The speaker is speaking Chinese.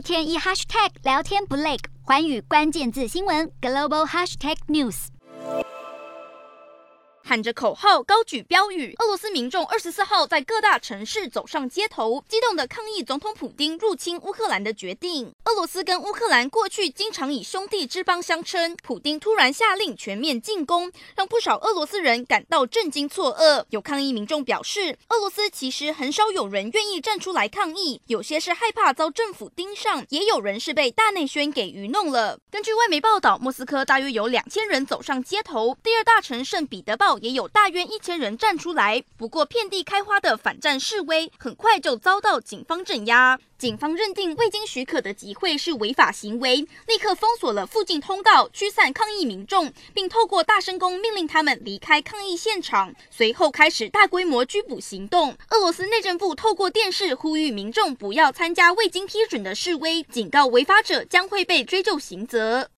天一 hashtag 聊天不累，寰宇关键字新闻 global hashtag news。 喊着口号，高举标语，俄罗斯民众24号在各大城市走上街头，激动地抗议总统普丁入侵乌克兰的决定。俄罗斯跟乌克兰过去经常以兄弟之邦相称，普丁突然下令全面进攻，让不少俄罗斯人感到震惊错愕。有抗议民众表示，俄罗斯其实很少有人愿意站出来抗议，有些是害怕遭政府盯上，也有人是被大内宣给愚弄了。根据外媒报道，莫斯科大约有2000人走上街头，第二大城圣彼得堡也有大约1000人站出来。不过遍地开花的反战示威很快就遭到警方镇压。警方认定未经许可的集会是违法行为，立刻封锁了附近通道，驱散抗议民众，并透过大声公命令他们离开抗议现场。随后开始大规模拘捕行动。俄罗斯内政部透过电视呼吁民众不要参加未经批准的示威，警告违法者将会被追究刑责。